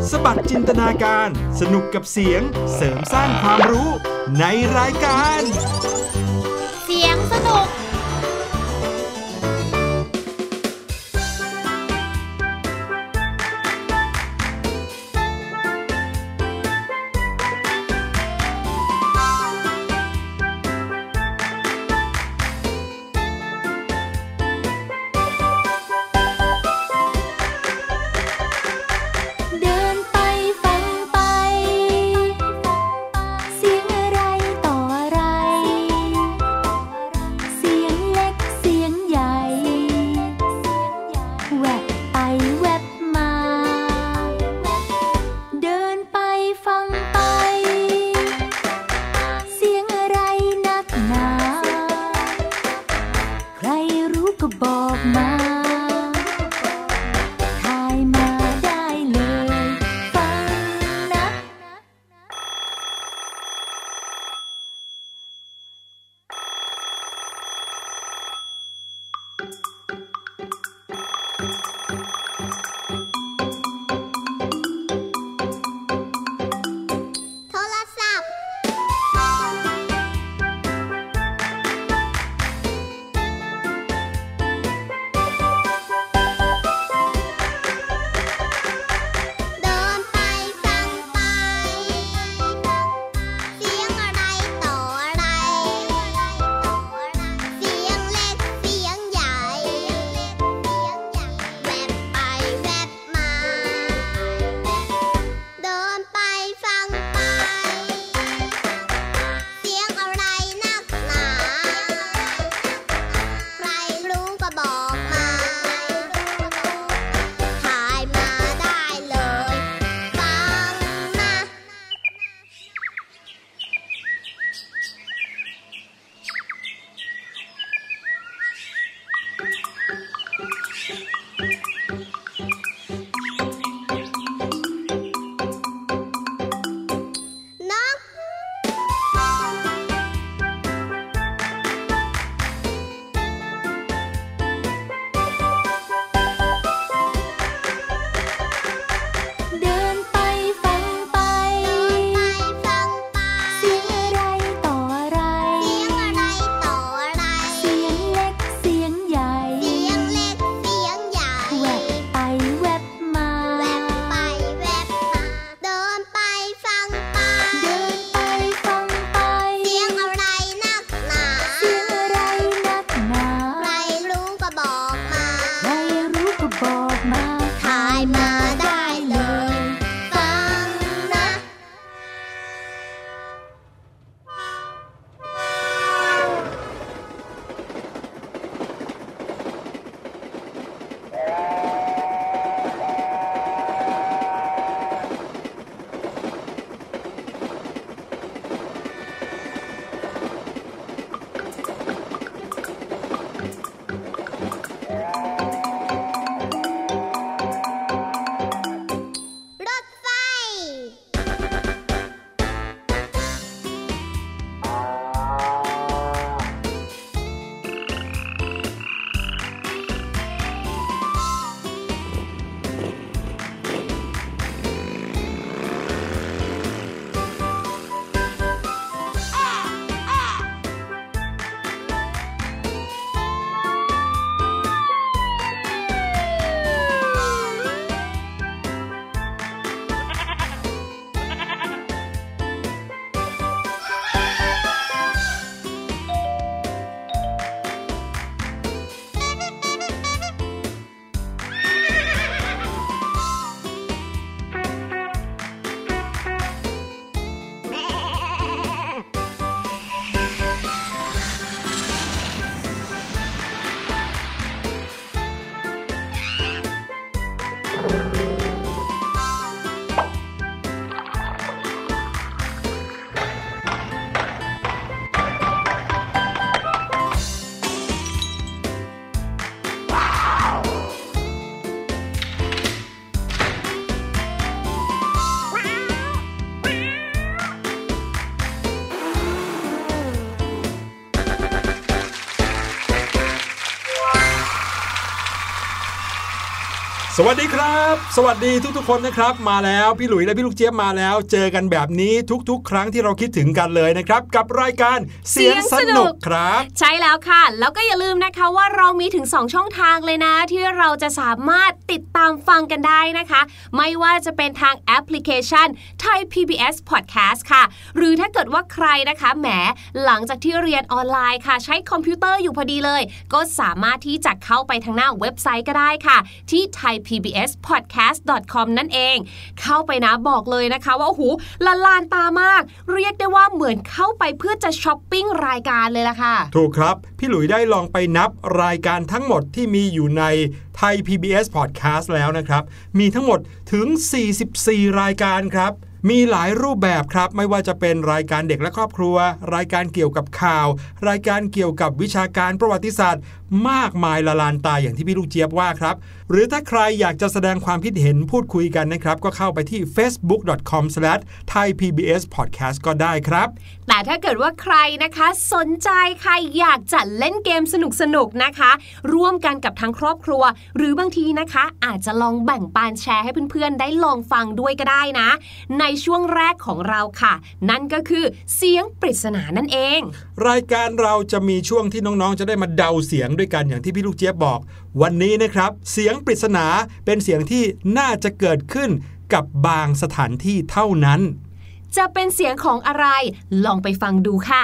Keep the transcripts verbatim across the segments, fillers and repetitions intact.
สบัดจินตนาการสนุกกับเสียงเสริมสร้างความรู้ในรายการเสียงสนุกสวัสดีครับสวัสดีทุกๆคนนะครับมาแล้วพี่หลุยและพี่ลูกเจี๊ยบมาแล้วเจอกันแบบนี้ทุกๆครั้งที่เราคิดถึงกันเลยนะครับกับรายการเสียงสนุกครับใช่แล้วค่ะแล้วก็อย่าลืมนะคะว่าเรามีถึงสองช่องทางเลยนะที่เราจะสามารถติดตามฟังกันได้นะคะไม่ว่าจะเป็นทางแอปพลิเคชัน Thai พี บี เอส Podcast ค่ะหรือถ้าเกิดว่าใครนะคะแหมหลังจากที่เรียนออนไลน์ค่ะใช้คอมพิวเตอร์อยู่พอดีเลยก็สามารถที่จะเข้าไปทางหน้าเว็บไซต์ก็ได้ค่ะที่ ไทย พี บี เอส พอดแคสต์ ดอท คอม นั่นเองเข้าไปนะบอกเลยนะคะว่าโอ้โหละลานตามากเรียกได้ว่าเหมือนเข้าไปเพื่อจะช้อปปิ้งรายการเลยล่ะค่ะถูกครับพี่หลุยได้ลองไปนับรายการทั้งหมดที่มีอยู่ในไทย พี บี เอส Podcast แล้วนะครับมีทั้งหมดถึงสี่สิบสี่รายการครับมีหลายรูปแบบครับไม่ว่าจะเป็นรายการเด็กและครอบครัวรายการเกี่ยวกับข่าวรายการเกี่ยวกับวิชาการประวัติศาสตร์มากมายละลานตาอย่างที่พี่ลูกเจี๊ยบว่าครับหรือถ้าใครอยากจะแสดงความคิดเห็นพูดคุยกันนะครับก็เข้าไปที่ เฟซบุ๊ก ดอท คอม สแลช ไทย พี บี เอส พอดแคสต์ ก็ได้ครับแต่ถ้าเกิดว่าใครนะคะสนใจใครอยากจะเล่นเกมสนุกๆนะคะร่วมกันกับทั้งครอบครัวหรือบางทีนะคะอาจจะลองแบ่งปันแชร์ให้เพื่อนๆได้ลองฟังด้วยก็ได้นะในช่วงแรกของเราค่ะนั่นก็คือเสียงปริศนานั่นเองรายการเราจะมีช่วงที่น้องๆจะได้มาเดาเสียงด้วยกันอย่างที่พี่ลูกเจี๊ยบบอกวันนี้นะครับเสียงปริศนาเป็นเสียงที่น่าจะเกิดขึ้นกับบางสถานที่เท่านั้นจะเป็นเสียงของอะไรลองไปฟังดูค่ะ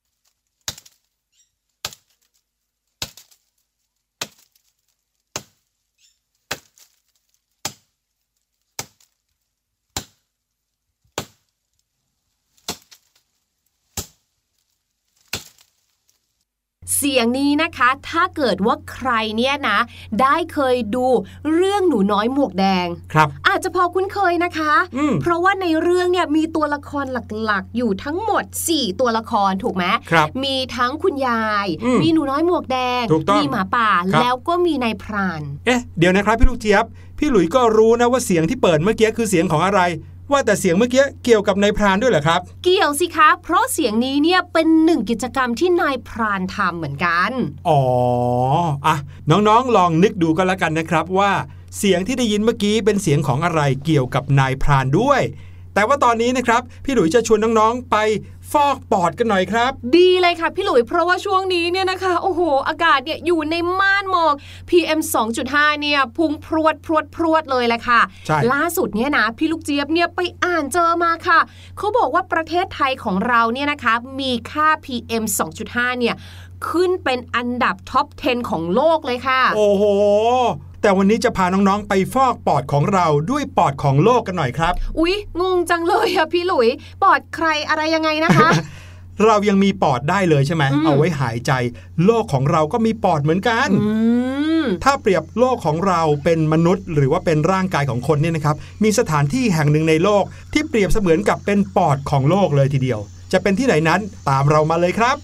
เสียงนี้นะคะถ้าเกิดว่าใครเนี่ยนะได้เคยดูเรื่องหนูน้อยหมวกแดงครับอาจจะพอคุ้นเคยนะคะเพราะว่าในเรื่องเนี่ยมีตัวละครหลักๆอยู่ทั้งหมดสี่ตัวละครถูกไหมมีทั้งคุณยายมมีหนูน้อยหมวกแดงมีหมาป่าแล้วก็มีนายพรานเอ๊ะเดี๋ยวนะครับพี่ลูกเจี๊ยบพี่หลุยก็รู้นะว่าเสียงที่เปิดเมื่อกี้คือเสียงของอะไรว่าแต่เสียงเมื่อกี้เกี่ยวกับนายพรานด้วยเหรอครับเกี่ยวสิคะเพราะเสียงนี้เนี่ยเป็นหนึ่งกิจกรรมที่นายพรานทำเหมือนกันอ๋ออ่ะน้องๆลองนึกดูก็แล้วกันนะครับว่าเสียงที่ได้ยินเมื่อกี้เป็นเสียงของอะไรเกี่ยวกับนายพรานด้วยแต่ว่าตอนนี้นะครับพี่หลุยจะชวนน้องๆไปฟอกปอดกันหน่อยครับดีเลยค่ะพี่หลุยเพราะว่าช่วงนี้เนี่ยนะคะโอ้โหอากาศเนี่ยอยู่ในม่านหมอก พี เอ็ม สองจุดห้า เนี่ยพุ่งพรวดพรวดพรวดเลยแหละค่ะล่าสุดเนี่ยนะพี่ลูกเจี๊ยบเนี่ยไปอ่านเจอมาค่ะเขาบอกว่าประเทศไทยของเราเนี่ยนะคะมีค่า พี เอ็ม สองจุดห้า เนี่ยขึ้นเป็นอันดับท็อปสิบของโลกเลยค่ะโอ้โหแต่วันนี้จะพาน้องๆไปฟอกปอดของเราด้วยปอดของโลกกันหน่อยครับอุ๊ยงงจังเลยอะพี่หลุยปอดใครอะไรยังไงนะคะเรายังมีปอดได้เลยใช่ไหมเอาไว้หายใจโลกของเราก็มีปอดเหมือนกันถ้าเปรียบโลกของเราเป็นมนุษย์หรือว่าเป็นร่างกายของคนเนี่ยนะครับมีสถานที่แห่งหนึ่งในโลกที่เปรียบเสมือนกับเป็นปอดของโลกเลยทีเดียวจะเป็นที่ไหนนั้นตามเรามาเลยครับ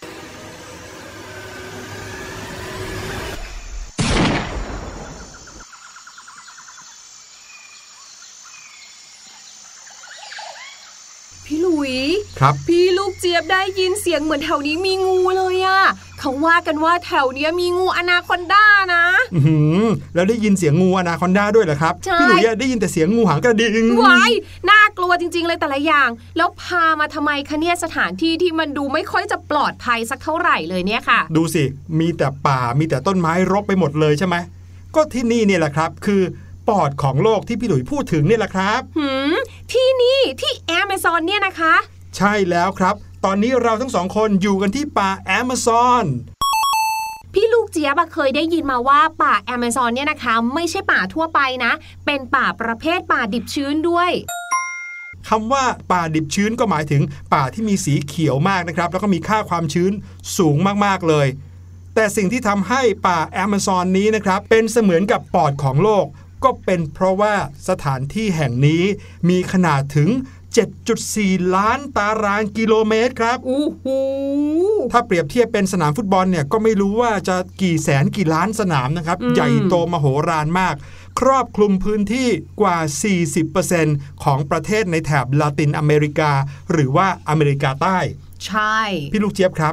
พี่หลุยครับพี่ลูกเจี๊ยบได้ยินเสียงเหมือนแถวนี้มีงูเลยอะเขาว่ากันว่าแถวนี้มีงูอนาคอนดานะอือหือแล้วได้ยินเสียงงูอนาคอนดาด้วยเหรอครับพี่หลุยได้ยินแต่เสียงงูหางกระดิ่งว้ายน่ากลัวจริงๆเลยแต่ละอย่างแล้วพามาทำไมคะเนี่ยสถานที่ที่มันดูไม่ค่อยจะปลอดภัยสักเท่าไหร่เลยเนี่ยค่ะดูสิมีแต่ป่ามีแต่ต้นไม้รกไปหมดเลยใช่ไหมก็ที่นี่เนี่ยแหละครับคือปอดของโลกที่พี่หลุยพูดถึงเนี่ยแหละครับหืมที่นี่ที่แอมะซอนเนี่ยนะคะใช่แล้วครับตอนนี้เราทั้งสองคนอยู่กันที่ป่าแอมะซอนพี่ลูกเจี๊ยบเคยได้ยินมาว่าป่าแอมะซอนเนี่ยนะคะไม่ใช่ป่าทั่วไปนะเป็นป่าประเภทป่าดิบชื้นด้วยคำว่าป่าดิบชื้นก็หมายถึงป่าที่มีสีเขียวมากนะครับแล้วก็มีค่าความชื้นสูงมากๆเลยแต่สิ่งที่ทำให้ป่าแอมะซอนนี้นะครับเป็นเสมือนกับปอดของโลกก็เป็นเพราะว่าสถานที่แห่งนี้มีขนาดถึง เจ็ดจุดสี่ ล้านตารางกิโลเมตรครับอู้หูถ้าเปรียบเทียบเป็นสนามฟุตบอลเนี่ยก็ไม่รู้ว่าจะกี่แสนกี่ล้านสนามนะครับใหญ่โตมโหฬารมากครอบคลุมพื้นที่กว่า สี่สิบเปอร์เซ็นต์ ของประเทศในแถบลาตินอเมริกาหรือว่าอเมริกาใต้ใช่พี่ลูกเจี๊ยบครับ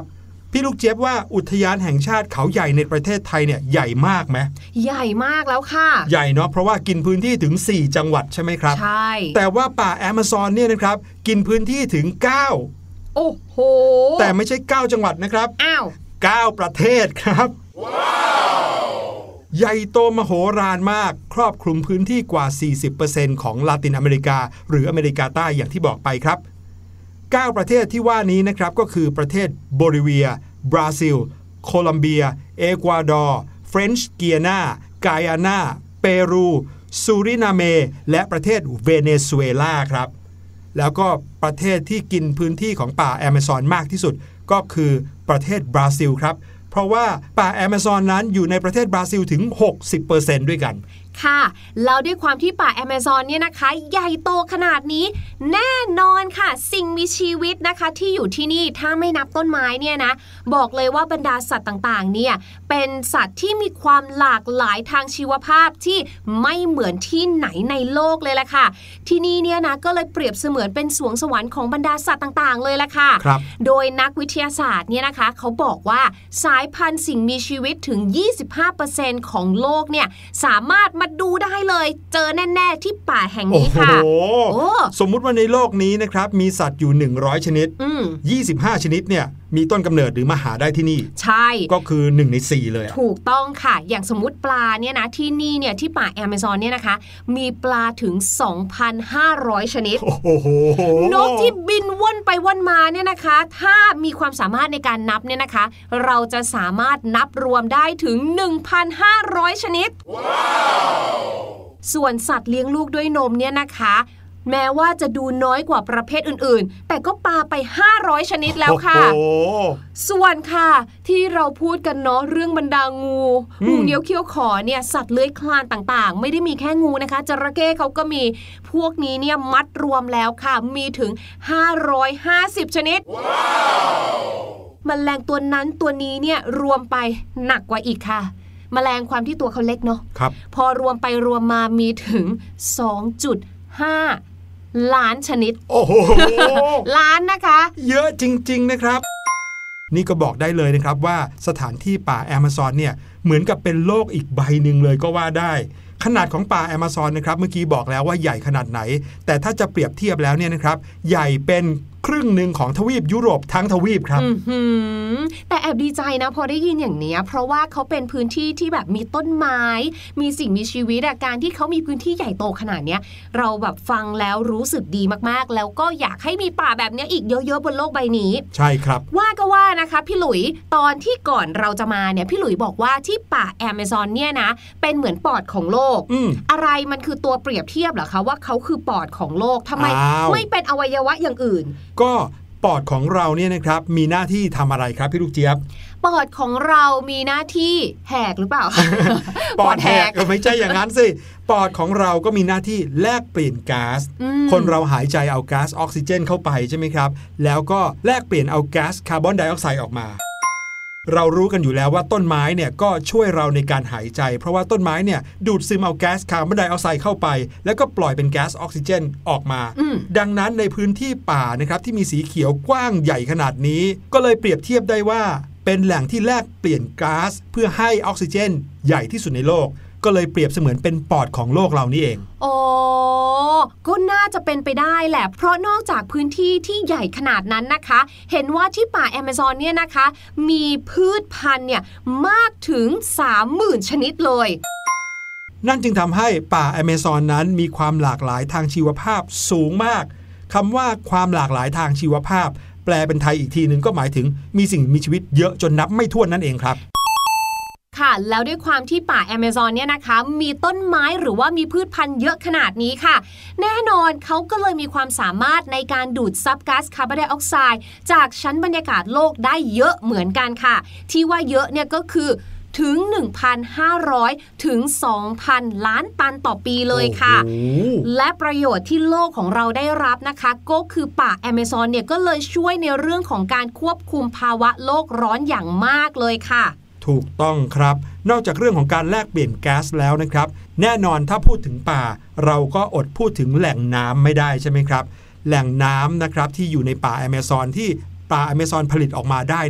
พี่ลูกเจี๊ยบว่าอุทยานแห่งชาติเขาใหญ่ในประเทศไทยเนี่ยใหญ่มากไหมใหญ่มากแล้วค่ะใหญ่เนาะเพราะว่ากินพื้นที่ถึงสี่จังหวัดใช่ไหมครับใช่แต่ว่าป่าแอมะซอนเนี่ยนะครับกินพื้นที่ถึงเก้าโอ้โหแต่ไม่ใช่เก้าจังหวัดนะครับอ้าวเก้าประเทศครับว้าวใหญ่โตมโหฬารมากครอบคลุมพื้นที่กว่า สี่สิบเปอร์เซ็นต์ ของลาตินอเมริกาหรืออเมริกาใต้อย่างที่บอกไปครับเก้าประเทศที่ว่านี้นะครับก็คือประเทศโบลิเวียบราซิลโคลัมเบียเอกวาดอร์เฟรนช์กิยานาไกอานาเปรูซูรินาเมและประเทศเวเนซุเอลาครับแล้วก็ประเทศที่กินพื้นที่ของป่าแอมะซอนมากที่สุดก็คือประเทศบราซิลครับเพราะว่าป่าแอมะซอนนั้นอยู่ในประเทศบราซิลถึง หกสิบเปอร์เซ็นต์ ด้วยกันค่ะแล้วด้วยความที่ป่าแอมะซอนเนี่ยนะคะใหญ่โตขนาดนี้แน่นอนค่ะสิ่งมีชีวิตนะคะที่อยู่ที่นี่ถ้าไม่นับต้นไม้เนี่ยนะบอกเลยว่าบรรดาสัตว์ต่างๆเนี่ยเป็นสัตว์ที่มีความหลากหลายทางชีวภาพที่ไม่เหมือนที่ไหนในโลกเลยล่ะค่ะที่นี่เนี่ยนะก็เลยเปรียบเสมือนเป็นสวงสวรรค์ของบรรดาสัตว์ต่างๆเลยล่ะค่ะโดยนักวิทยาศาสตร์เนี่ยนะคะเขาบอกว่าสายพันธุ์สิ่งมีชีวิตถึง ยี่สิบห้าเปอร์เซ็นต์ ของโลกเนี่ยสามารถมาดูได้เลยเจอแน่ๆที่ป่าแห่งนี้ค่ะโอ้โหสมมุติว่าในโลกนี้นะครับมีสัตว์อยู่หนึ่งร้อยชนิดยี่สิบห้าชนิดเนี่ยมีต้นกำเนิดหรือมาหาได้ที่นี่ใช่ก็คือหนึ่งในสี่เลยถูกต้องค่ะอย่างสมมุติปลาเนี่ยนะที่นี่เนี่ยที่ป่าแอมะซอนเนี่ยนะคะมีปลาถึง สองพันห้าร้อย ชนิดโอ้โหนกที่บินว่อนไปว่อนมาเนี่ยนะคะถ้ามีความสามารถในการนับเนี่ยนะคะเราจะสามารถนับรวมได้ถึง หนึ่งพันห้าร้อย ชนิดว้าวส่วนสัตว์เลี้ยงลูกด้วยนมเนี่ยนะคะแม้ว่าจะดูน้อยกว่าประเภทอื่นๆแต่ก็ปาไปห้าร้อยชนิดแล้วค่ะส่วนค่ะที่เราพูดกันเนาะเรื่องบรรดางูงูเงี้ยวเขี้ยวขอเนี่ยสัตว์เลื้อยคลานต่างๆไม่ได้มีแค่งูนะคะจระเข้เขาก็มีพวกนี้เนี่ยมัดรวมแล้วค่ะมีถึงห้าร้อยห้าสิบชนิดว้าวแมลงตัวนั้นตัวนี้เนี่ยรวมไปหนักกว่าอีกค่ะแมลงความที่ตัวเขาเล็กเนาะพอรวมไปรวมมามีถึง สองจุดห้า ล้านชนิดโอ้โหล้านนะคะเยอะจริงๆนะครับนี่ก็บอกได้เลยนะครับว่าสถานที่ป่าแอมะซอนเนี่ยเหมือนกับเป็นโลกอีกใบหนึ่งเลยก็ว่าได้ขนาดของป่าแอมะซอนนะครับเมื่อกี้บอกแล้วว่าใหญ่ขนาดไหนแต่ถ้าจะเปรียบเทียบแล้วเนี่ยนะครับใหญ่เป็นครึ่งหนึ่งของทวีปยุโรปทั้งทวีปครับแต่แอบดีใจนะพอได้ยินอย่างนี้เพราะว่าเขาเป็นพื้นที่ที่แบบมีต้นไม้มีสิ่งมีชีวิตการที่เขามีพื้นที่ใหญ่โตขนาดนี้เราแบบฟังแล้วรู้สึกดีมากๆแล้วก็อยากให้มีป่าแบบนี้อีกเยอะๆบนโลกใบนี้ใช่ครับว่าก็ว่านะคะพี่หลุยตอนที่ก่อนเราจะมาเนี่ยพี่หลุยบอกว่าที่ป่าแอมะซอนเนี่ยนะเป็นเหมือนปอดของโลก อ, อะไรมันคือตัวเปรียบเทียบเหรอคะว่าเขาคือปอดของโลกทำไมไม่เป็นอวัยวะอย่างอื่นก็ปอดของเราเนี่ยนะครับมีหน้าที่ทำอะไรครับพี่ลูกเจี๊ยบปอดของเรามีหน้าที่แหกหรือเปล่าปอดแหกก็ไม่ใช่อย่างนั้นสิปอดของเราก็มีหน้าที่แลกเปลี่ยนก๊าซคนเราหายใจเอาก๊าซออกซิเจนเข้าไปใช่ไหมครับแล้วก็แลกเปลี่ยนเอาก๊าซคาร์บอนไดออกไซด์ออกมาเรารู้กันอยู่แล้วว่าต้นไม้เนี่ยก็ช่วยเราในการหายใจเพราะว่าต้นไม้เนี่ยดูดซึมเอาแก๊สคาร์บอนไดออกไซด์เข้าไปแล้วก็ปล่อยเป็นแก๊สออกซิเจนออกมาดังนั้นในพื้นที่ป่านะครับที่มีสีเขียวกว้างใหญ่ขนาดนี้ก็เลยเปรียบเทียบได้ว่าเป็นแหล่งที่แลกเปลี่ยนก๊าซเพื่อให้ออกซิเจนใหญ่ที่สุดในโลกก็เลยเปรียบเสมือนเป็นปอดของโลกเรานี่เองอ๋อก็น่าจะเป็นไปได้แหละเพราะนอกจากพื้นที่ที่ใหญ่ขนาดนั้นนะคะเห็นว่าที่ป่าแอมะซอนเนี่ยนะคะมีพืชพันธุ์เนี่ยมากถึง สามหมื่น ชนิดเลยนั่นจึงทำให้ป่าแอมะซอนนั้นมีความหลากหลายทางชีวภาพสูงมากคำว่าความหลากหลายทางชีวภาพแปลเป็นไทยอีกทีนึงก็หมายถึงมีสิ่งมีชีวิตเยอะจนนับไม่ถ้วนนั่นเองครับค่ะแล้วด้วยความที่ป่าแอมะซอนเนี่ยนะคะมีต้นไม้หรือว่ามีพืชพันธุ์เยอะขนาดนี้ค่ะแน่นอนเขาก็เลยมีความสามารถในการดูดซับก๊าซคาร์บอนไดออกไซด์จากชั้นบรรยากาศโลกได้เยอะเหมือนกันค่ะที่ว่าเยอะเนี่ยก็คือถึง หนึ่งพันห้าร้อย ถึง สองพัน ล้านตันต่อปีเลยค่ะและประโยชน์ที่โลกของเราได้รับนะคะก็คือป่าแอมะซอนเนี่ยก็เลยช่วยในเรื่องของการควบคุมภาวะโลกร้อนอย่างมากเลยค่ะถูกต้องครับนอกจากเรื่องของการแลกเปลี่ยนแก๊สแล้วนะครับแน่นอนถ้าพูดถึงป่าเราก็อดพูดถึงแหล่งน้ำไม่ได้ใช่ไหมครับแหล่งน้ำนะครับที่อยู่ในป่าแอมะซอนที่ป่าแอมะซอนผลิตออกมาได้เนี่ย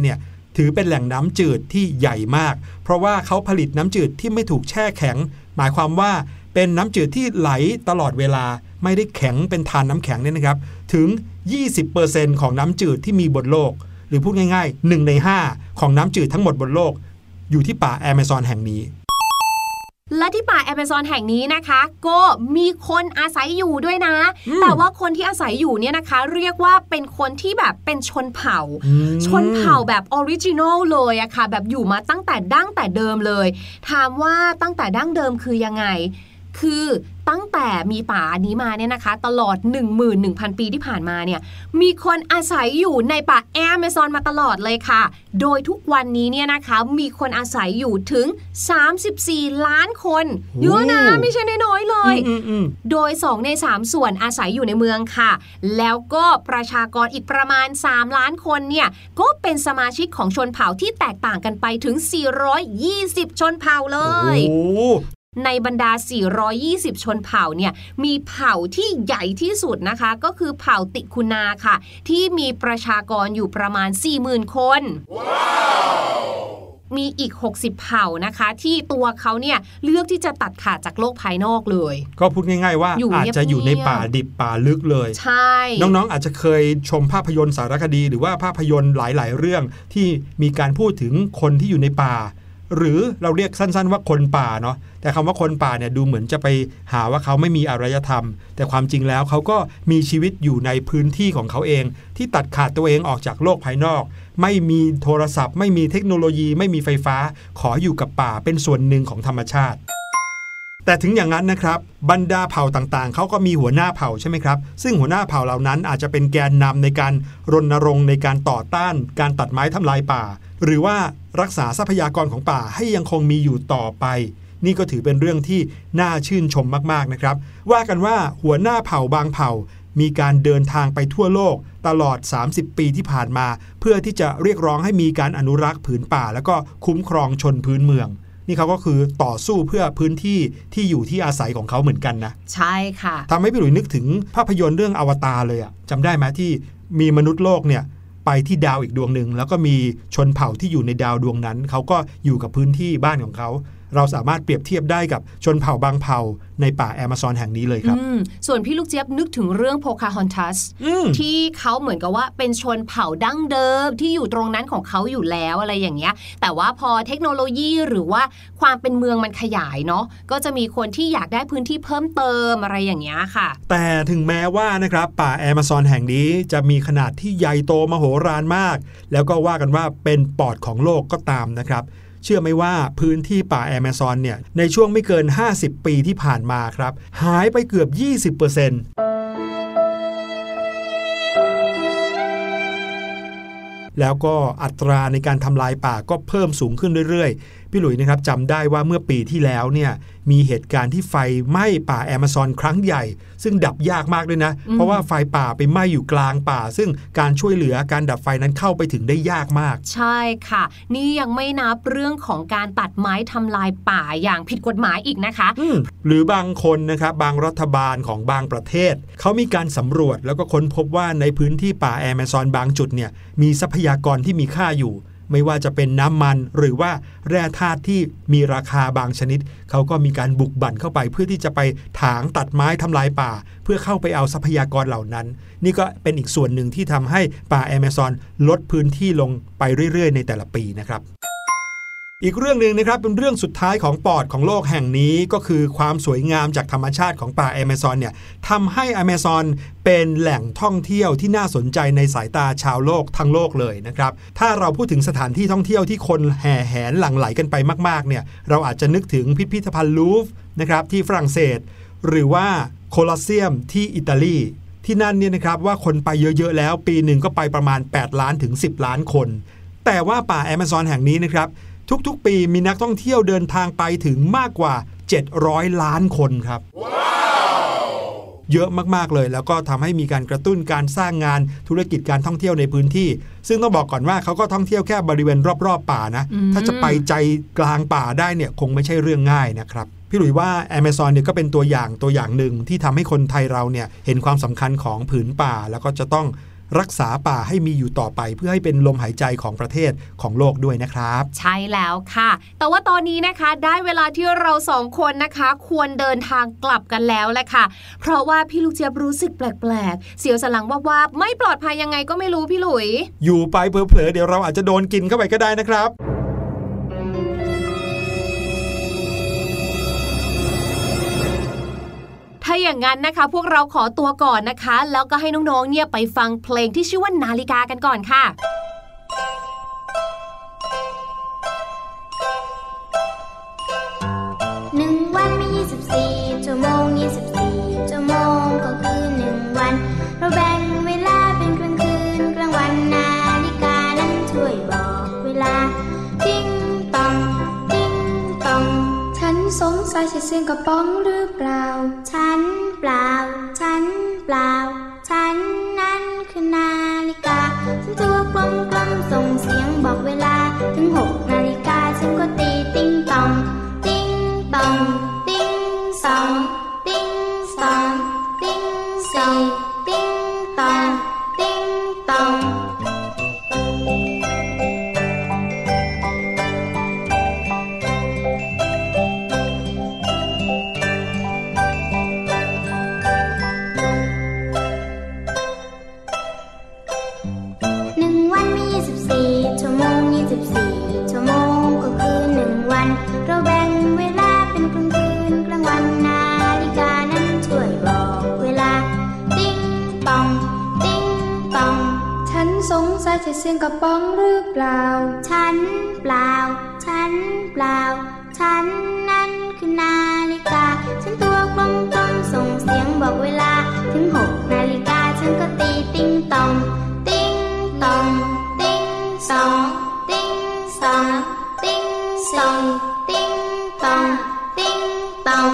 ถือเป็นแหล่งน้ำจืดที่ใหญ่มากเพราะว่าเขาผลิตน้ำจืดที่ไม่ถูกแช่แข็งหมายความว่าเป็นน้ำจืดที่ไหลตลอดเวลาไม่ได้แข็งเป็นทานน้ำแข็งเนี่ยนะครับถึง ยี่สิบเปอร์เซ็นต์ ของน้ำจืดที่มีบนโลกหรือพูดง่ายๆหนึ่งในห้าของน้ำจืดทั้งหมดบนโลกอยู่ที่ป่าแอมะซอนแห่งนี้และที่ป่าแอมะซอนแห่งนี้นะคะก็มีคนอาศัยอยู่ด้วยนะแต่ว่าคนที่อาศัยอยู่เนี่ยนะคะเรียกว่าเป็นคนที่แบบเป็นชนเผ่าชนเผ่าแบบออริจินอลเลยอะค่ะแบบอยู่มาตั้งแต่ดั้งแต่เดิมเลยถามว่าตั้งแต่ดั้งเดิมคือยังไงคือตั้งแต่มีป่านี้มาเนี่ยนะคะตลอด หนึ่งหมื่นหนึ่งพัน ปีที่ผ่านมาเนี่ยมีคนอาศัยอยู่ในป่าแอมะซอนมาตลอดเลยค่ะโดยทุกวันนี้เนี่ยนะคะมีคนอาศัยอยู่ถึงสามสิบสี่ล้านคนเยอะนะไม่ใช่น้อยๆเลยโดยสองในสามส่วนอาศัยอยู่ในเมืองค่ะแล้วก็ประชากรอีกประมาณสามล้านคนเนี่ยก็เป็นสมาชิกของชนเผ่าที่แตกต่างกันไปถึงสี่ร้อยยี่สิบชนเผ่าเลยในบรรดาสี่ร้อยยี่สิบชนเผ่าเนี่ยมีเผ่าที่ใหญ่ที่สุดนะคะก็คือเผ่าติคุนาค่ะที่มีประชากรอยู่ประมาณ สี่หมื่น คน wow! มีอีกหกสิบเผ่านะคะที่ตัวเขาเนี่ยเลือกที่จะตัดขาดจากโลกภายนอกเลยก็พูดง่ายๆว่าอาจจะอยู่ในป่าดิบป่าลึกเลยใช่น้องๆอาจจะเคยชมภาพยนตร์สารคดีหรือว่าภาพยนตร์หลายๆเรื่องที่มีการพูดถึงคนที่อยู่ในป่าหรือเราเรียกสั้นๆว่าคนป่าเนาะแต่คำว่าคนป่าเนี่ยดูเหมือนจะไปหาว่าเขาไม่มีอารยธรรมแต่ความจริงแล้วเขาก็มีชีวิตอยู่ในพื้นที่ของเขาเองที่ตัดขาดตัวเองออกจากโลกภายนอกไม่มีโทรศัพท์ไม่มีเทคโนโลยีไม่มีไฟฟ้าขออยู่กับป่าเป็นส่วนหนึ่งของธรรมชาติแต่ถึงอย่างนั้นนะครับบรรดาเผ่าต่างๆเขาก็มีหัวหน้าเผ่าใช่ไหมครับซึ่งหัวหน้าเผ่าเหล่านั้นอาจจะเป็นแกนนำในการรณรงค์ในการต่อต้านการตัดไม้ทำลายป่าหรือว่ารักษาทรัพยากรของป่าให้ยังคงมีอยู่ต่อไปนี่ก็ถือเป็นเรื่องที่น่าชื่นชมมากๆนะครับว่ากันว่าหัวหน้าเผ่าบางเผ่ามีการเดินทางไปทั่วโลกตลอดสามสิบปีที่ผ่านมาเพื่อที่จะเรียกร้องให้มีการอนุรักษ์ผืนป่าแล้วก็คุ้มครองชนพื้นเมืองนี่เขาก็คือต่อสู้เพื่อพื้นที่ที่อยู่ที่อาศัยของเขาเหมือนกันนะใช่ค่ะทำให้พี่หลุยนึกถึงภาพยนตร์เรื่องอวตารเลยอะจำได้ไหมที่มีมนุษย์โลกเนี่ยไปที่ดาวอีกดวงหนึ่งแล้วก็มีชนเผ่าที่อยู่ในดาวดวงนั้นเขาก็อยู่กับพื้นที่บ้านของเขาเราสามารถเปรียบเทียบได้กับชนเผ่าบางเผ่าในป่าแอมะซอนแห่งนี้เลยครับส่วนพี่ลูกเจี๊ยบนึกถึงเรื่องโพคาฮอนทัสที่เขาเหมือนกับว่าเป็นชนเผ่าดั้งเดิมที่อยู่ตรงนั้นของเขาอยู่แล้วอะไรอย่างเงี้ยแต่ว่าพอเทคโนโลยีหรือว่าความเป็นเมืองมันขยายเนาะก็จะมีคนที่อยากได้พื้นที่เพิ่มเติมอะไรอย่างเงี้ยค่ะแต่ถึงแม้ว่านะครับป่าแอมะซอนแห่งนี้จะมีขนาดที่ใหญ่โตมโหฬารมากแล้วก็ว่ากันว่าเป็นปอดของโลกก็ตามนะครับเชื่อไหมว่าพื้นที่ป่าแอมะซอนเนี่ยในช่วงไม่เกินห้าสิบปีที่ผ่านมาครับหายไปเกือบ ยี่สิบเปอร์เซ็นต์ แล้วก็อัตราในการทำลายป่าก็เพิ่มสูงขึ้นเรื่อยๆพี่หลุยนะครับจำได้ว่าเมื่อปีที่แล้วเนี่ยมีเหตุการณ์ที่ไฟไหม้ป่าแอมะซอนครั้งใหญ่ซึ่งดับยากมากด้วยนะเพราะว่าไฟป่าไปไหม้อยู่กลางป่าซึ่งการช่วยเหลือการดับไฟนั้นเข้าไปถึงได้ยากมากใช่ค่ะนี่ยังไม่นับเรื่องของการตัดไม้ทำลายป่าอย่างผิดกฎหมายอีกนะคะหรือบางคนนะครับบางรัฐบาลของบางประเทศเขามีการสำรวจแล้วก็ค้นพบว่าในพื้นที่ป่าแอมะซอนบางจุดเนี่ยมีทรัพยากรที่มีค่าอยู่ไม่ว่าจะเป็นน้ำมันหรือว่าแร่ธาตุที่มีราคาบางชนิดเขาก็มีการบุกบั่นเข้าไปเพื่อที่จะไปถางตัดไม้ทำลายป่าเพื่อเข้าไปเอาทรัพยากรเหล่านั้นนี่ก็เป็นอีกส่วนหนึ่งที่ทำให้ป่าแอมะซอนลดพื้นที่ลงไปเรื่อยๆในแต่ละปีนะครับอีกเรื่องนึงนะครับเป็นเรื่องสุดท้ายของปอดของโลกแห่งนี้ก็คือความสวยงามจากธรรมชาติของป่าแอมะซอนเนี่ยทำให้แอมะซอนเป็นแหล่งท่องเที่ยวที่น่าสนใจในสายตาชาวโลกทั้งโลกเลยนะครับถ้าเราพูดถึงสถานที่ท่องเที่ยวที่คนแห่แหนหลั่งไหลกันไปมากๆเนี่ยเราอาจจะนึกถึงพิพิธภัณฑ์ลูฟร์นะครับที่ฝรั่งเศสหรือว่าโคลอสเซียมที่อิตาลีที่นั่นเนี่ยนะครับว่าคนไปเยอะๆแล้วปีหนึ่งก็ไปประมาณแปดล้านถึงสิบล้านคนแต่ว่าป่าแอมะซอนแห่งนี้นะครับทุกๆปีมีนักท่องเที่ยวเดินทางไปถึงมากกว่าเจ็ดร้อยล้านคนครับ wow! เยอะมากๆเลยแล้วก็ทำให้มีการกระตุ้นการสร้างงานธุรกิจการท่องเที่ยวในพื้นที่ซึ่งต้องบอกก่อนว่าเขาก็ท่องเที่ยวแค่บริเวณรอบๆป่านะถ้าจะไปใจกลางป่าได้เนี่ยคงไม่ใช่เรื่องง่ายนะครับพี่หลุยว่าแอมะซอนเนี่ยก็เป็นตัวอย่างตัวอย่างหนึ่งที่ทำให้คนไทยเราเนี่ยเห็นความสำคัญของผืนป่าแล้วก็จะต้องรักษาป่าให้มีอยู่ต่อไปเพื่อให้เป็นลมหายใจของประเทศของโลกด้วยนะครับใช่แล้วค่ะแต่ว่าตอนนี้นะคะได้เวลาที่เราสองคนนะคะควรเดินทางกลับกันแล้วแหละค่ะเพราะว่าพี่ลูกเจี๊ยบรู้สึกแปลกๆเสียวสันหลังว่าๆไม่ปลอดภัยยังไงก็ไม่รู้พี่หลุยอยู่ไปเผลอๆเดี๋ยวเราอาจจะโดนกินเข้าไปก็ได้นะครับถ้าอย่างนั้นนะคะพวกเราขอตัวก่อนนะคะแล้วก็ให้น้องๆเนี่ยไปฟังเพลงที่ชื่อว่านาฬิกากันก่อนค่ะหนึ่งวันมียี่สิบสี่ชั่วโมงยี่สิบสี่ชั่วโมงก็คือหนึ่งวันเราแบ่งเวลาเป็นกลางคืนกลางวันนาฬิกานั้นช่วยบอกเวลาติ๊งตองติ๊งตองฉันสงสัยใช่เสียงกระป๋องหรือเปล่าฉันเปล่าฉันเปล่าฉันนั้นคือนาฬิกาฉันตัวกลมกลมส่งเสียงบอกเวลาถึงหกนาฬิกาฉันก็ตีติ๊งตองติ๊งตองติ๊งสองติ๊งสองติ๊งสี่ติ๊งตองติ๊งตองเราแบ่งเวลาเป็นกลางคืนกลางวันนาฬิกานั้นช่วยบอกเวลาติ๊งตองติ๊งตองฉันสงสัยใช่เสียงกระป๋องหรือเปล่าฉันเปล่าฉันเปล่าฉันนั้นคือนาฬิกาฉันตัวกลมกลมส่งเสียงบอกเวลาถึงหกนาฬิกาฉันก็ตีติ๊งตองติ๊งตองติ๊งสองติ๊งสองติ๊งสองติ๊งตองติ๊งตอง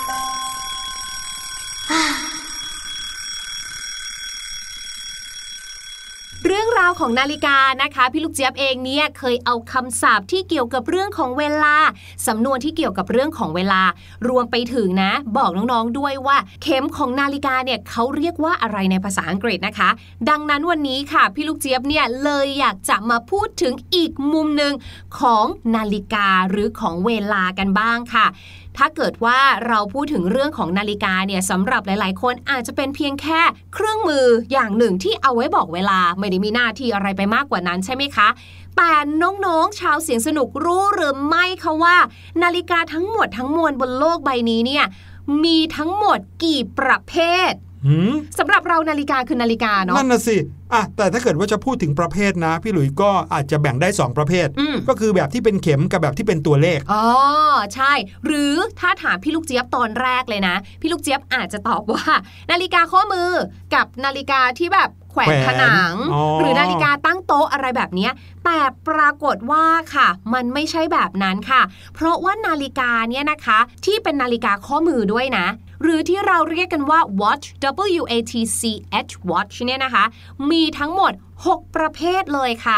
เรื่องราวของนาฬิกานะคะพี่ลูกเจี๊ยบเองเนี่ยเคยเอาคำศัพท์ที่เกี่ยวกับเรื่องของเวลาสำนวนที่เกี่ยวกับเรื่องของเวลารวมไปถึงนะบอกน้องๆด้วยว่าเข็มของนาฬิกาเนี่ยเขาเรียกว่าอะไรในภาษาอังกฤษนะคะดังนั้นวันนี้ค่ะพี่ลูกเจี๊ยบเนี่ยเลยอยากจะมาพูดถึงอีกมุมนึงของนาฬิกาหรือของเวลากันบ้างค่ะถ้าเกิดว่าเราพูดถึงเรื่องของนาฬิกาเนี่ยสำหรับหลายๆคนอาจจะเป็นเพียงแค่เครื่องมืออย่างหนึ่งที่เอาไว้บอกเวลาไม่ได้มีหน้าที่อะไรไปมากกว่านั้นใช่ไหมคะแต่น้องๆชาวเสียงสนุกรู้หรือไม่คะว่านาฬิกาทั้งหมดทั้งมวลบนโลกใบนี้เนี่ยมีทั้งหมดกี่ประเภทสำหรับเรานาฬิกาคือนาฬิกาเนาะนั่นน่ะสิอ่ะแต่ถ้าเกิดว่าจะพูดถึงประเภทนะพี่หลุยก็อาจจะแบ่งได้สองประเภทก็คือแบบที่เป็นเข็มกับแบบที่เป็นตัวเลขอ๋อใช่หรือถ้าถามพี่ลูกเจี๊ยบตอนแรกเลยนะพี่ลูกเจี๊ยบอาจจะตอบว่านาฬิกาข้อมือกับนาฬิกาที่แบบแขวนผนังหรือนาฬิกาตั้งโต๊ะอะไรแบบนี้แต่ปรากฏว่าค่ะมันไม่ใช่แบบนั้นค่ะเพราะว่านาฬิกาเนี่ยนะคะที่เป็นนาฬิกาข้อมือด้วยนะหรือที่เราเรียกกันว่า watch W A T C H watch เนี่ยนะคะมีทั้งหมดหกประเภทเลยค่ะ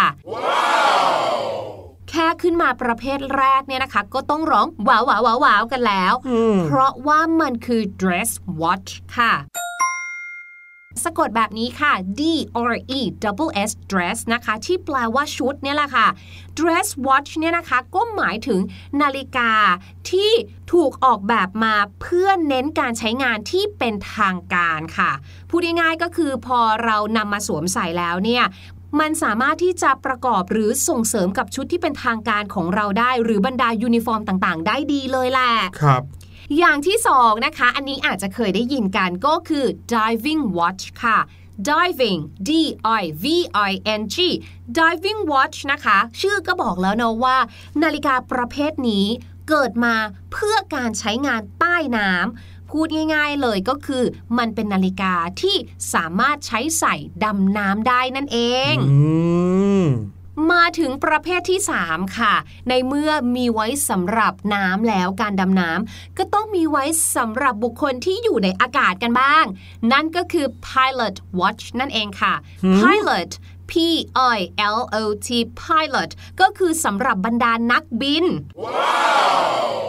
wow! แค่ขึ้นมาประเภทแรกเนี่ยนะคะก็ต้องร้องว้าวว้าวว้าวกันแล้วเพราะว่ามันคือ dress watch ค่ะสะกดแบบนี้ค่ะ D R E double S dress นะคะที่แปลว่าชุดเนี่ยแหละค่ะ dress watch เนี่ยนะคะก็หมายถึงนาฬิกาที่ถูกออกแบบมาเพื่อเน้นการใช้งานที่เป็นทางการค่ะพูดง่ายๆก็คือพอเรานำมาสวมใส่แล้วเนี่ยมันสามารถที่จะประกอบหรือส่งเสริมกับชุดที่เป็นทางการของเราได้หรือบรรดายูนิฟอร์มต่างๆได้ดีเลยแหละครับอย่างที่สองนะคะอันนี้อาจจะเคยได้ยินกันก็คือ diving watch ค่ะ diving D I V I N G diving watch นะคะชื่อก็บอกแล้วนะว่านาฬิกาประเภทนี้เกิดมาเพื่อการใช้งานใต้น้ำพูดง่ายๆเลยก็คือมันเป็นนาฬิกาที่สามารถใช้ใส่ดำน้ำได้นั่นเองอืมมาถึงประเภทที่สามค่ะในเมื่อมีไว้สำหรับน้ำแล้วการดำน้ำก็ต้องมีไว้สำหรับบุคคลที่อยู่ในอากาศกันบ้างนั่นก็คือ pilot watch นั่นเองค่ะ pilot P I L O T pilot ก็คือสำหรับบรรดานักบิน wow!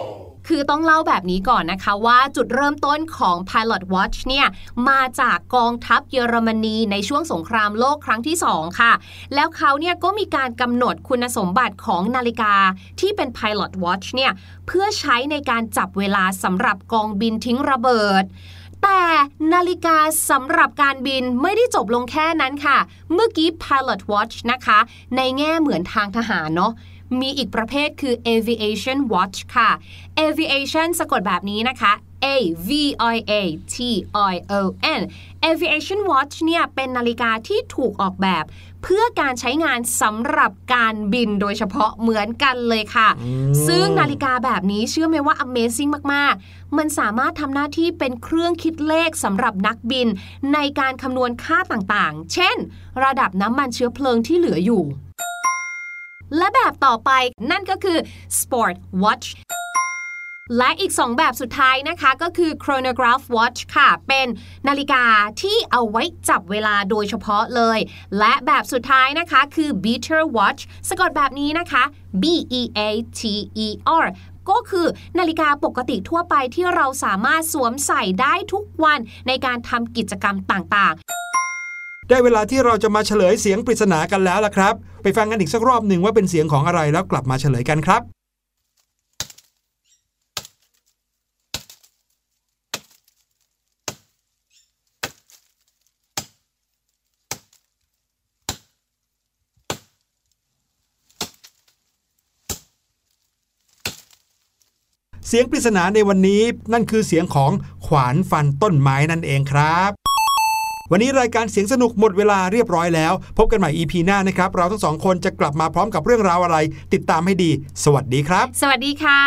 คือต้องเล่าแบบนี้ก่อนนะคะว่าจุดเริ่มต้นของ Pilot Watch เนี่ยมาจากกองทัพเยอรมนีในช่วงสงครามโลกครั้งที่สองค่ะแล้วเขาเนี่ยก็มีการกำหนดคุณสมบัติของนาฬิกาที่เป็น Pilot Watch เนี่ยเพื่อใช้ในการจับเวลาสำหรับกองบินทิ้งระเบิดแต่นาฬิกาสำหรับการบินไม่ได้จบลงแค่นั้นค่ะเมื่อกี้ Pilot Watch นะคะในแง่เหมือนทางทหารเนาะมีอีกประเภทคือ Aviation Watch ค่ะ Aviation สะกดแบบนี้นะคะ A V I A T I O N Aviation Watch เนี่ยเป็นนาฬิกาที่ถูกออกแบบเพื่อการใช้งานสำหรับการบินโดยเฉพาะเหมือนกันเลยค่ะซึ่งนาฬิกาแบบนี้เชื่อไหมว่า Amazing มากๆมันสามารถทำหน้าที่เป็นเครื่องคิดเลขสำหรับนักบินในการคำนวณค่าต่างๆเช่นระดับน้ำมันเชื้อเพลิงที่เหลืออยู่และแบบต่อไปนั่นก็คือ Sport Watch และอีกสองแบบสุดท้ายนะคะก็คือ Chronograph Watch ค่ะเป็นนาฬิกาที่เอาไว้จับเวลาโดยเฉพาะเลยและแบบสุดท้ายนะคะคือ Beater Watch สะกดแบบนี้นะคะ B E A T E R ก็คือนาฬิกาปกติทั่วไปที่เราสามารถสวมใส่ได้ทุกวันในการทำกิจกรรมต่างๆได้เวลาที่เราจะมาเฉลยเสียงปริศนากันแล้วล่ะครับไปฟังกันอีกสักรอบหนึ่งว่าเป็นเสียงของอะไรแล้วกลับมาเฉลยกันครับเสียงปริศนาในวันนี้นั่นคือเสียงของขวานฟันต้นไม้นั่นเองครับวันนี้รายการเสียงสนุกหมดเวลาเรียบร้อยแล้วพบกันใหม่ อี พี หน้านะครับเราทั้งสองคนจะกลับมาพร้อมกับเรื่องราวอะไรติดตามให้ดีสวัสดีครับสวัสดีค่ะ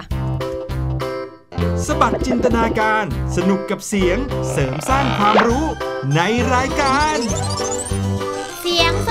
สบัดจินตนาการสนุกกับเสียงเสริมสร้างความรู้ในรายการเสียง